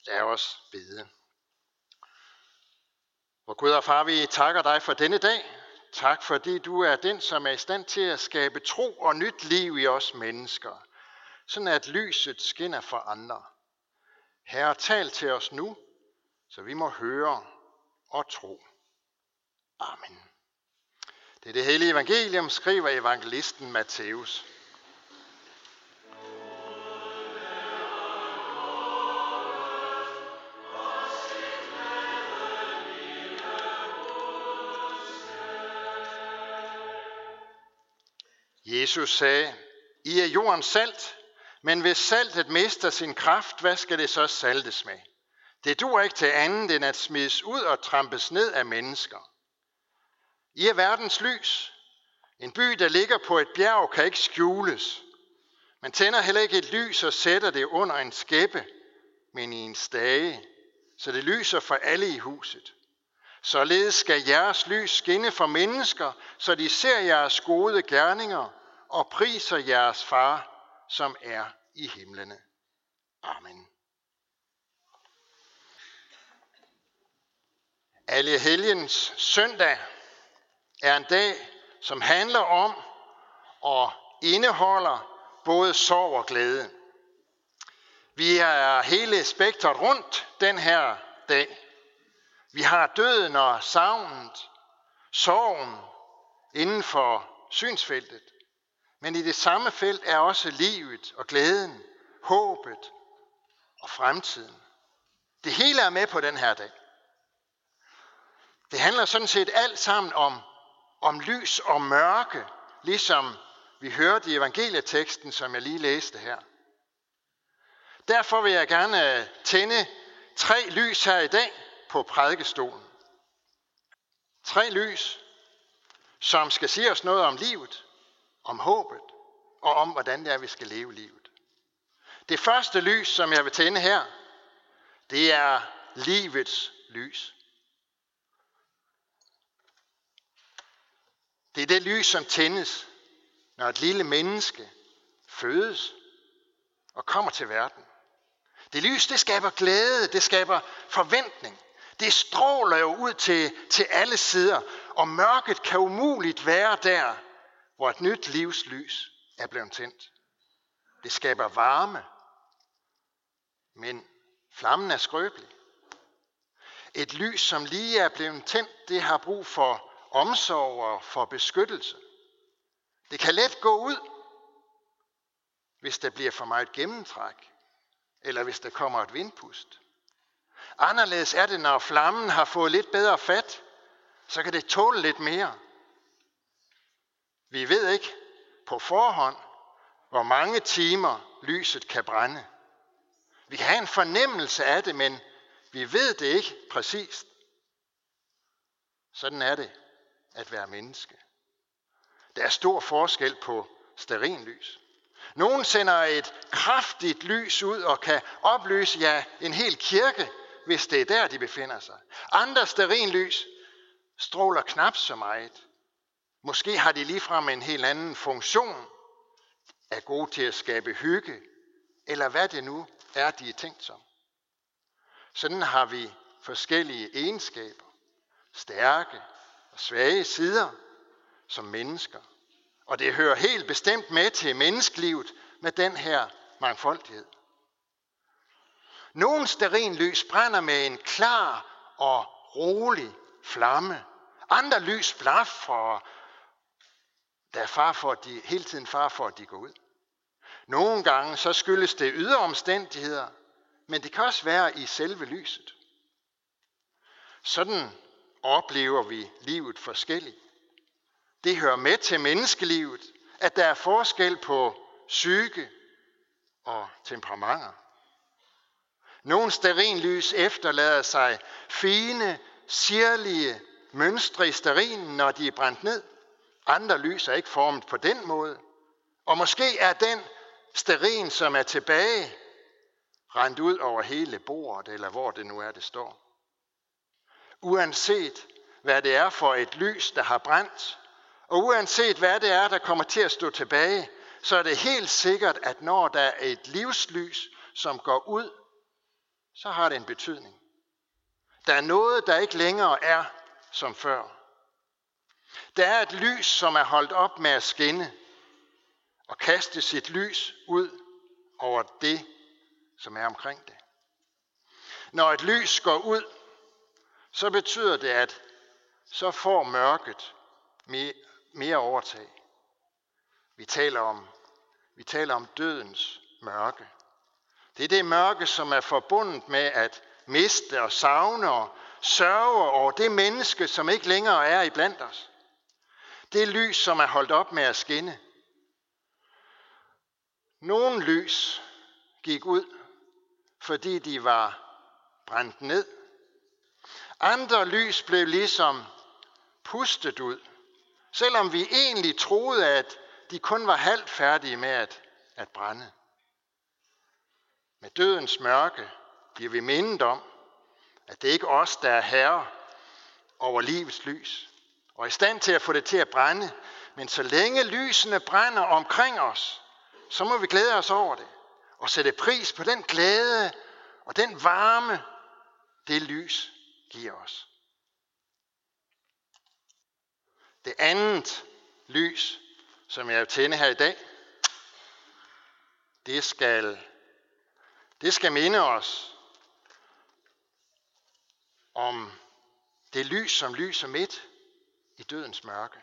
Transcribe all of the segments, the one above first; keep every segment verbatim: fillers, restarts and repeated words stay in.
Lad os bede. Vor Gud og Far, vi takker dig for denne dag. Tak fordi du er den, som er i stand til at skabe tro og nyt liv i os mennesker, sådan at lyset skinner for andre. Herre, tal til os nu, så vi må høre og tro. Amen. Det er det hellige evangelium, skriver evangelisten Matthæus. Jesus sagde, I er jordens salt, men hvis saltet mister sin kraft, hvad skal det så saltes med? Det duer ikke til andet end at smides ud og trampes ned af mennesker. I er verdens lys. En by, der ligger på et bjerg, kan ikke skjules. Man tænder heller ikke et lys og sætter det under en skæppe, men i en stage, så det lyser for alle i huset. Således skal jeres lys skinne for mennesker, så de ser jeres gode gerninger og priser jeres far, som er i himlene. Amen. Allehelgens søndag er en dag, som handler om og indeholder både sorg og glæde. Vi er hele spektret rundt den her dag. Vi har døden og savnet, sorgen inden for synsfeltet. Men i det samme felt er også livet og glæden, håbet og fremtiden. Det hele er med på den her dag. Det handler sådan set alt sammen om, om lys og mørke, ligesom vi hørte i evangelieteksten, som jeg lige læste her. Derfor vil jeg gerne tænde tre lys her i dag på prædikestolen. Tre lys, som skal sige os noget om livet, om håbet og om, hvordan det er, vi skal leve livet. Det første lys, som jeg vil tænde her, det er livets lys. Det er det lys, som tændes, når et lille menneske fødes og kommer til verden. Det lys, det skaber glæde, det skaber forventning. Det stråler jo ud til, til alle sider, og mørket kan umuligt være der, hvor et nyt livslys er blevet tændt. Det skaber varme, men flammen er skrøbelig. Et lys, som lige er blevet tændt, det har brug for omsorg og for beskyttelse. Det kan let gå ud, hvis der bliver for meget gennemtræk, eller hvis der kommer et vindpust. Anderledes er det, når flammen har fået lidt bedre fat, så kan det tåle lidt mere. Vi ved ikke på forhånd, hvor mange timer lyset kan brænde. Vi kan have en fornemmelse af det, men vi ved det ikke præcist. Sådan er det at være menneske. Der er stor forskel på stearinlys. Nogen sender et kraftigt lys ud og kan oplyse ja, en hel kirke, hvis det er der, de befinder sig. Andre stearinlys stråler knap så meget. Måske har de ligefrem en helt anden funktion, er gode til at skabe hygge, eller hvad det nu er, de er tænkt som. Sådan har vi forskellige egenskaber, stærke og svage sider som mennesker. Og det hører helt bestemt med til menneskelivet med den her mangfoldighed. Nogle stearinlys brænder med en klar og rolig flamme. Andre lys blaffer, og der er far for, at de, hele tiden far for, at de går ud. Nogle gange så skyldes det ydre omstændigheder, men det kan også være i selve lyset. Sådan oplever vi livet forskelligt. Det hører med til menneskelivet, at der er forskel på psyke og temperamenter. Nogle stearinlys efterlader sig fine, sirlige mønstre i stearinen, når de er brændt ned. Andre lys er ikke formet på den måde. Og måske er den stearin, som er tilbage, rendt ud over hele bordet, eller hvor det nu er, det står. Uanset hvad det er for et lys, der har brændt, og uanset hvad det er, der kommer til at stå tilbage, så er det helt sikkert, at når der er et livslys, som går ud, så har det en betydning. Der er noget, der ikke længere er som før. Der er et lys, som er holdt op med at skinne og kaste sit lys ud over det, som er omkring det. Når et lys går ud, så betyder det, at så får mørket mere, mere overtag. Vi taler om, vi taler om dødens mørke. Det er det mørke, som er forbundet med at miste og savne og sørge over det menneske, som ikke længere er iblandt os. Det lys, som er holdt op med at skinne. Nogle lys gik ud, fordi de var brændt ned. Andre lys blev ligesom pustet ud, selvom vi egentlig troede, at de kun var halvt færdige med at, at brænde. Med dødens mørke bliver vi mindet om, at det ikke er os, der er herre over livets lys, og er i stand til at få det til at brænde. Men så længe lysene brænder omkring os, så må vi glæde os over det, og sætte pris på den glæde og den varme, det lys giver os. Det andet lys, som jeg vil tænde her i dag, det skal, det skal minde os om det lys, som lyser midt i dødens mørke.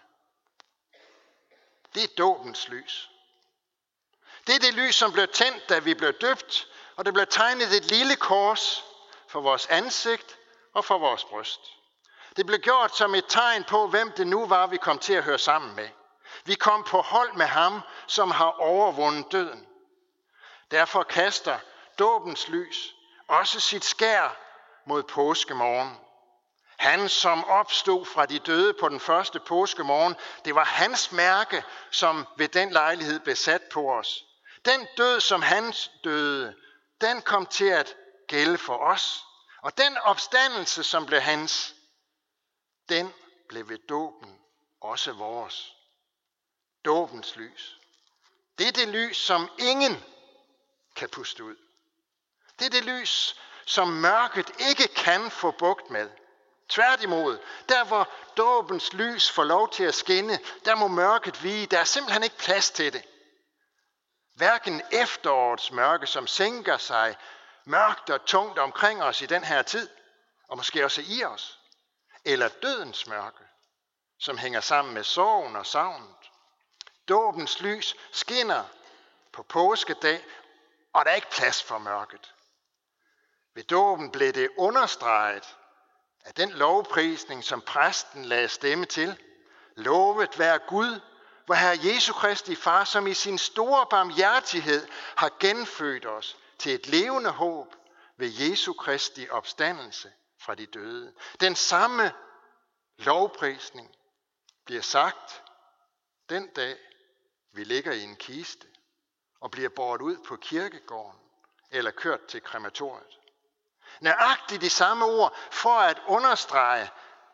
Det er dåbens lys. Det er det lys, som blev tændt, da vi blev døbt, og der blev tegnet et lille kors for vores ansigt og for vores bryst. Det blev gjort som et tegn på, hvem det nu var, vi kom til at høre sammen med. Vi kom på hold med ham, som har overvundet døden. Derfor kaster dåbens lys også sit skær mod påskemorgen. Han, som opstod fra de døde på den første påskemorgen, det var hans mærke, som ved den lejlighed blev sat på os. Den død, som han døde, den kom til at gælde for os. Og den opstandelse, som blev hans, den blev ved dåben også vores. Dåbens lys. Det er det lys, som ingen kan puste ud. Det er det lys, som mørket ikke kan få bugt med. Tværtimod, der hvor dåbens lys får lov til at skinne, der må mørket vige. Der er simpelthen ikke plads til det. Hverken efterårets mørke, som sænker sig mørkt og tungt omkring os i den her tid, og måske også i os, eller dødens mørke, som hænger sammen med sorgen og savnet. Dåbens lys skinner på påskedag, og der er ikke plads for mørket. Ved dåben blev det understreget af den lovprisning, som præsten lagde stemme til. Lovet være Gud, hvor Herre Jesu Kristi Far, som i sin store barmhjertighed har genfødt os til et levende håb ved Jesu Kristi opstandelse fra de døde. Den samme lovprisning bliver sagt den dag, vi ligger i en kiste og bliver båret ud på kirkegården eller kørt til krematoriet. Nøjagtigt de samme ord for at understrege,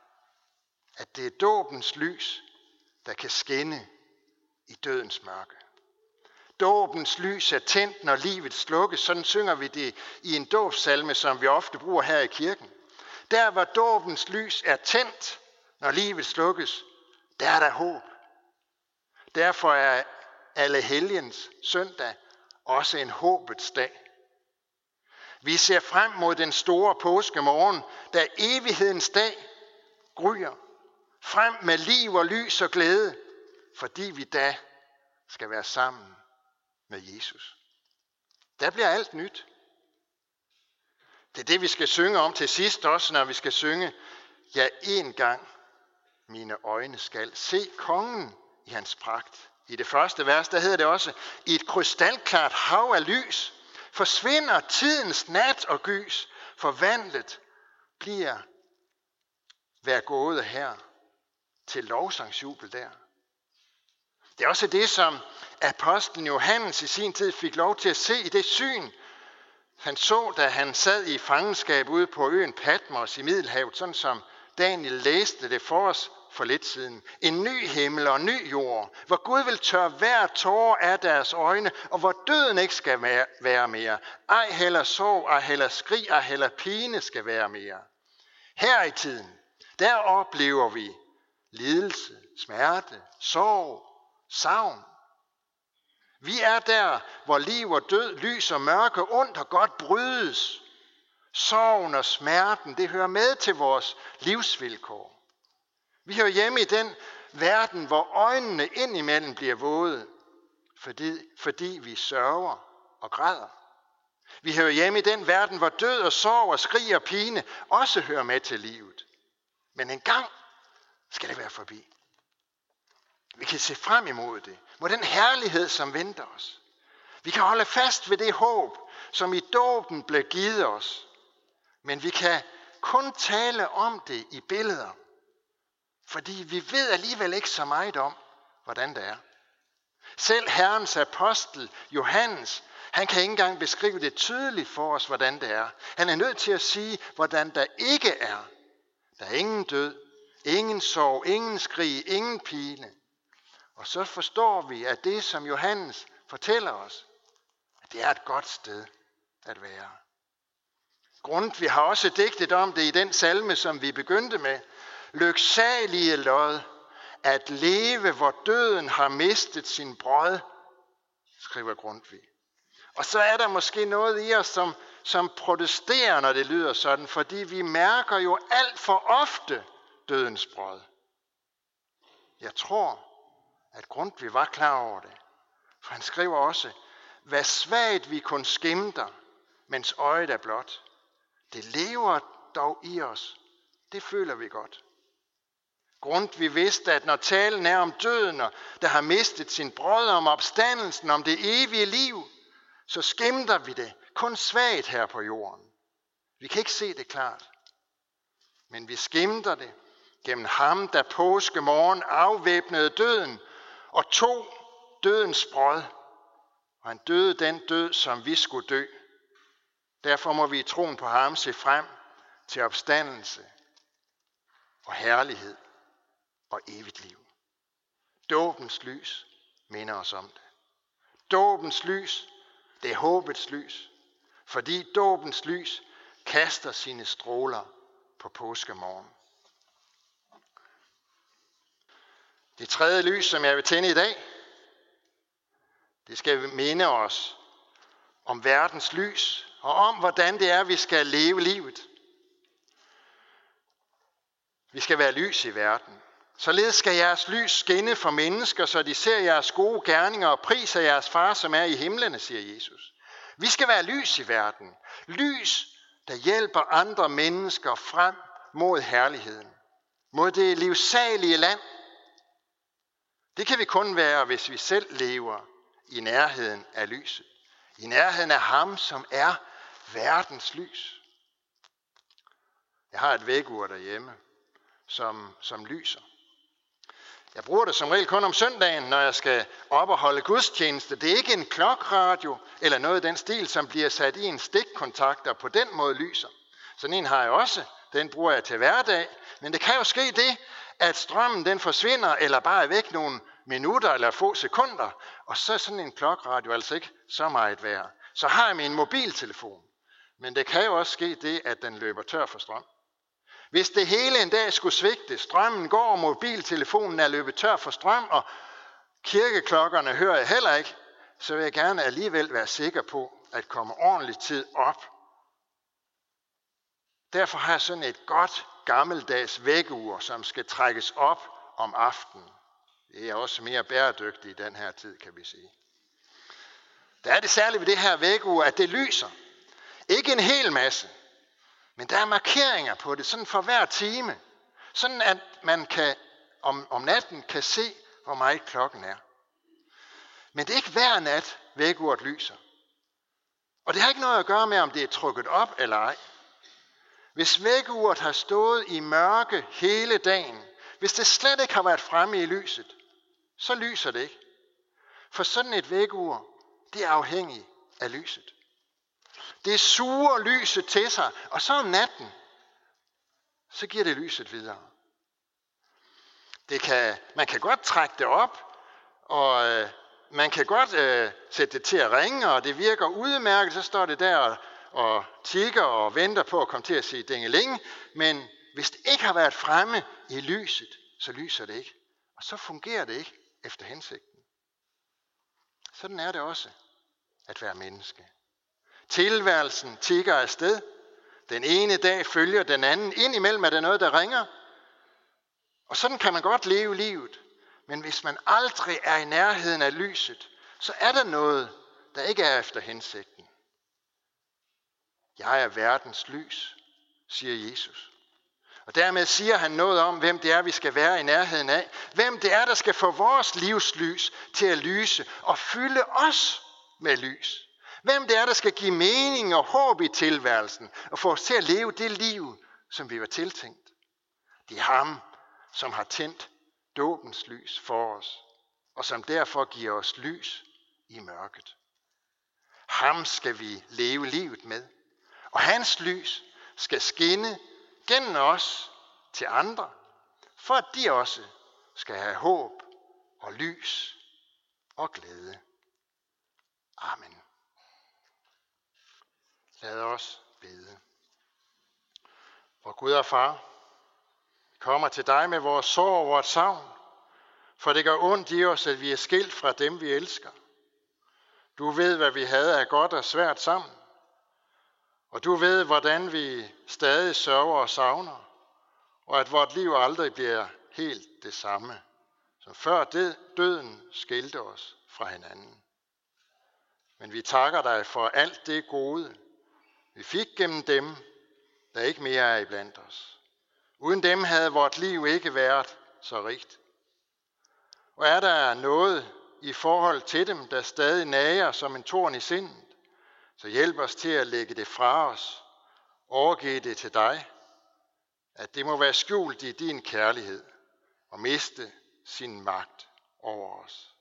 at det er dåbens lys, der kan skinne i dødens mørke. Dåbens lys er tændt, når livet slukkes. Sådan synger vi det i en dåbssalme, som vi ofte bruger her i kirken. Der hvor dåbens lys er tændt, når livet slukkes, der er der håb. Derfor er alle helgens søndag også en håbets dag. Vi ser frem mod den store påskemorgen, da evighedens dag gryer. Frem med liv og lys og glæde, fordi vi da skal være sammen med Jesus. Der bliver alt nyt. Det er det, vi skal synge om til sidst også, når vi skal synge, ja, en gang mine øjne skal se kongen i hans pragt. I det første vers, der hedder det også, i et krystalklart hav af lys, forsvinder tidens nat og gys, forvandlet bliver hver gåde her til lovsangsjubel der. Det er også det, som apostlen Johannes i sin tid fik lov til at se i det syn, han så, da han sad i fangenskab ude på øen Patmos i Middelhavet, sådan som Daniel læste det for os for lidt siden. En ny himmel og en ny jord, hvor Gud vil tørre hver tårer af deres øjne, og hvor døden ikke skal være mere. Ej heller sorg, ej heller skrig, ej heller pine skal være mere. Her i tiden, der oplever vi lidelse, smerte, sorg, savn. Vi er der, hvor liv og død, lys og mørke, ondt og godt brydes. Sorgen og smerten, det hører med til vores livsvilkår. Vi hører hjemme i den verden, hvor øjnene indimellem bliver våde, fordi, fordi vi sørger og græder. Vi hører hjemme i den verden, hvor død og sorg og skrig og pine også hører med til livet. Men en gang skal det være forbi. Vi kan se frem imod det, mod den herlighed, som venter os. Vi kan holde fast ved det håb, som i dåben blev givet os. Men vi kan kun tale om det i billeder, fordi vi ved alligevel ikke så meget om, hvordan det er. Selv Herrens apostel Johannes, han kan ikke engang beskrive det tydeligt for os, hvordan det er. Han er nødt til at sige, hvordan der ikke er. Der er ingen død, ingen sorg, ingen skrig, ingen pine. Og så forstår vi, at det, som Johannes fortæller os, at det er et godt sted at være. Grundtvig har også digtet om det i den salme, som vi begyndte med. Lyksalige lod, at leve, hvor døden har mistet sin brød, skriver Grundtvig. Og så er der måske noget i os, som, som protesterer, når det lyder sådan, fordi vi mærker jo alt for ofte dødens brød. Jeg tror, at Grundtvig var klar over det, for han skriver også, hvad svagt vi kun skimter, mens øjet er blot. Det lever dog i os, det føler vi godt. Grundtvig vidste, at når talen er om døden, og der har mistet sin brød, om opstandelsen, om det evige liv, så skimter vi det kun svagt her på jorden. Vi kan ikke se det klart. Men vi skimter det gennem ham, der påske morgen afvæbnede døden og tog dødens brød. Og han døde den død, som vi skulle dø. Derfor må vi i troen på ham se frem til opstandelse og herlighed og evigt liv. Dåbens lys minder os om det. Dåbens lys, det er håbets lys, fordi dåbens lys kaster sine stråler på påskemorgen. Det tredje lys, som jeg vil tænde i dag, det skal minde os om verdens lys og om, hvordan det er, vi skal leve livet. Vi skal være lys i verden. Således skal jeres lys skinne for mennesker, så de ser jeres gode gerninger og priser jeres far, som er i himlene, siger Jesus. Vi skal være lys i verden. Lys, der hjælper andre mennesker frem mod herligheden. Mod det livsalige land. Det kan vi kun være, hvis vi selv lever i nærheden af lyset. I nærheden af ham, som er verdens lys. Jeg har et vækkeur derhjemme, som, som lyser. Jeg bruger det som regel kun om søndagen, når jeg skal op og holde gudstjeneste. Det er ikke en klokradio eller noget af den stil, som bliver sat i en stikkontakt og på den måde lyser. Sådan en har jeg også. Den bruger jeg til hverdag. Men det kan jo ske det, at strømmen den forsvinder eller bare er væk nogle minutter eller få sekunder. Og så er sådan en klokradio altså ikke så meget værd. Så har jeg min mobiltelefon. Men det kan jo også ske det, at den løber tør for strøm. Hvis det hele en dag skulle svigte, strømmen går, og mobiltelefonen er løbet tør for strøm, og kirkeklokkerne hører jeg heller ikke, så vil jeg gerne alligevel være sikker på at komme ordentligt tid op. Derfor har jeg sådan et godt gammeldags vækkeur, som skal trækkes op om aftenen. Det er også mere bæredygtigt i den her tid, kan vi sige. Der er det særligt ved det her vækkeur, at det lyser. Ikke en hel masse. Men der er markeringer på det, sådan for hver time. Sådan at man kan, om, om natten kan se, hvor meget klokken er. Men det er ikke hver nat, vækkeuret lyser. Og det har ikke noget at gøre med, om det er trykket op eller ej. Hvis vækkeuret har stået i mørke hele dagen, hvis det slet ikke har været fremme i lyset, så lyser det ikke. For sådan et vækkeur, det er afhængigt af lyset. Det suger lyset til sig, og så om natten, så giver det lyset videre. Det kan, man kan godt trække det op, og øh, man kan godt øh, sætte det til at ringe, og det virker udmærket, så står det der og, og tigger og venter på at komme til at sige dingeling, men hvis det ikke har været fremme i lyset, så lyser det ikke, og så fungerer det ikke efter hensigten. Sådan er det også at være menneske. Tilværelsen tigger afsted. Den ene dag følger den anden. Indimellem er der noget, der ringer. Og sådan kan man godt leve livet. Men hvis man aldrig er i nærheden af lyset, så er der noget, der ikke er efter hensigten. Jeg er verdens lys, siger Jesus. Og dermed siger han noget om, hvem det er, vi skal være i nærheden af. Hvem det er, der skal få vores livslys til at lyse og fylde os med lys. Hvem det er, der skal give mening og håb i tilværelsen og få os til at leve det liv, som vi var tiltænkt. Det er ham, som har tændt dåbens lys for os, og som derfor giver os lys i mørket. Ham skal vi leve livet med, og hans lys skal skinne gennem os til andre, for at de også skal have håb og lys og glæde. Amen. Lad os bede. Vor Gud og Far, vi kommer til dig med vores sorg og vores savn, for det gør ondt i os, at vi er skilt fra dem, vi elsker. Du ved, hvad vi havde af godt og svært sammen, og du ved, hvordan vi stadig sørger og savner, og at vort liv aldrig bliver helt det samme, som før døden skilte os fra hinanden. Men vi takker dig for alt det gode, vi fik gennem dem, der ikke mere er iblandt os. Uden dem havde vort liv ikke været så rigt. Og er der noget i forhold til dem, der stadig nager som en torn i sindet, så hjælp os til at lægge det fra os, overgive det til dig, at det må være skjult i din kærlighed og miste sin magt over os.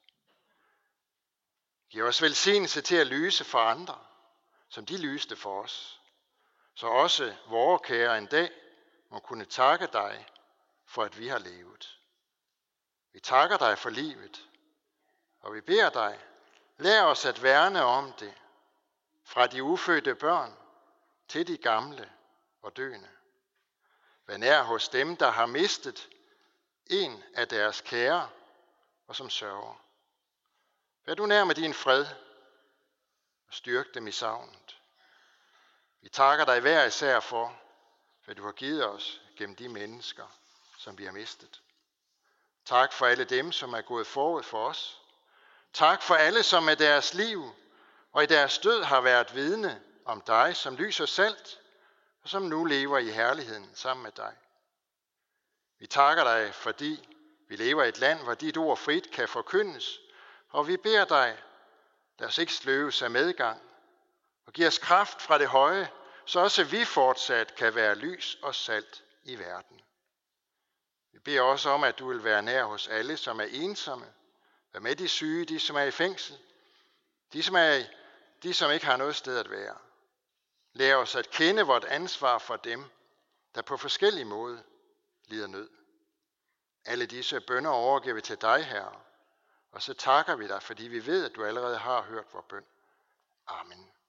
Giv os velsignelse til at lyse for andre, som de lyste for os, så også vore kære en dag må kunne takke dig for, at vi har levet. Vi takker dig for livet, og vi beder dig, lær os at værne om det, fra de ufødte børn til de gamle og døende. Vær nær hos dem, der har mistet en af deres kære, og som sørger. Vær du nær med din fred, og styrk dem i savnet. Vi takker dig hver især for, hvad du har givet os gennem de mennesker, som vi har mistet. Tak for alle dem, som er gået forud for os. Tak for alle, som med deres liv og i deres død har været vidne om dig, som lys og salt, og som nu lever i herligheden sammen med dig. Vi takker dig, fordi vi lever i et land, hvor dit ord frit kan forkyndes, og vi beder dig, lad os ikke sløves af medgang, og giv os kraft fra det høje, så også vi fortsat kan være lys og salt i verden. Vi beder også om, at du vil være nær hos alle, som er ensomme, vær med de syge, de som er i fængsel, de som, er, de som ikke har noget sted at være. Lær os at kende vort ansvar for dem, der på forskellige måder lider nød. Alle disse bønner overgiver vi til dig, Herre, og så takker vi dig, fordi vi ved, at du allerede har hørt vor bøn. Amen.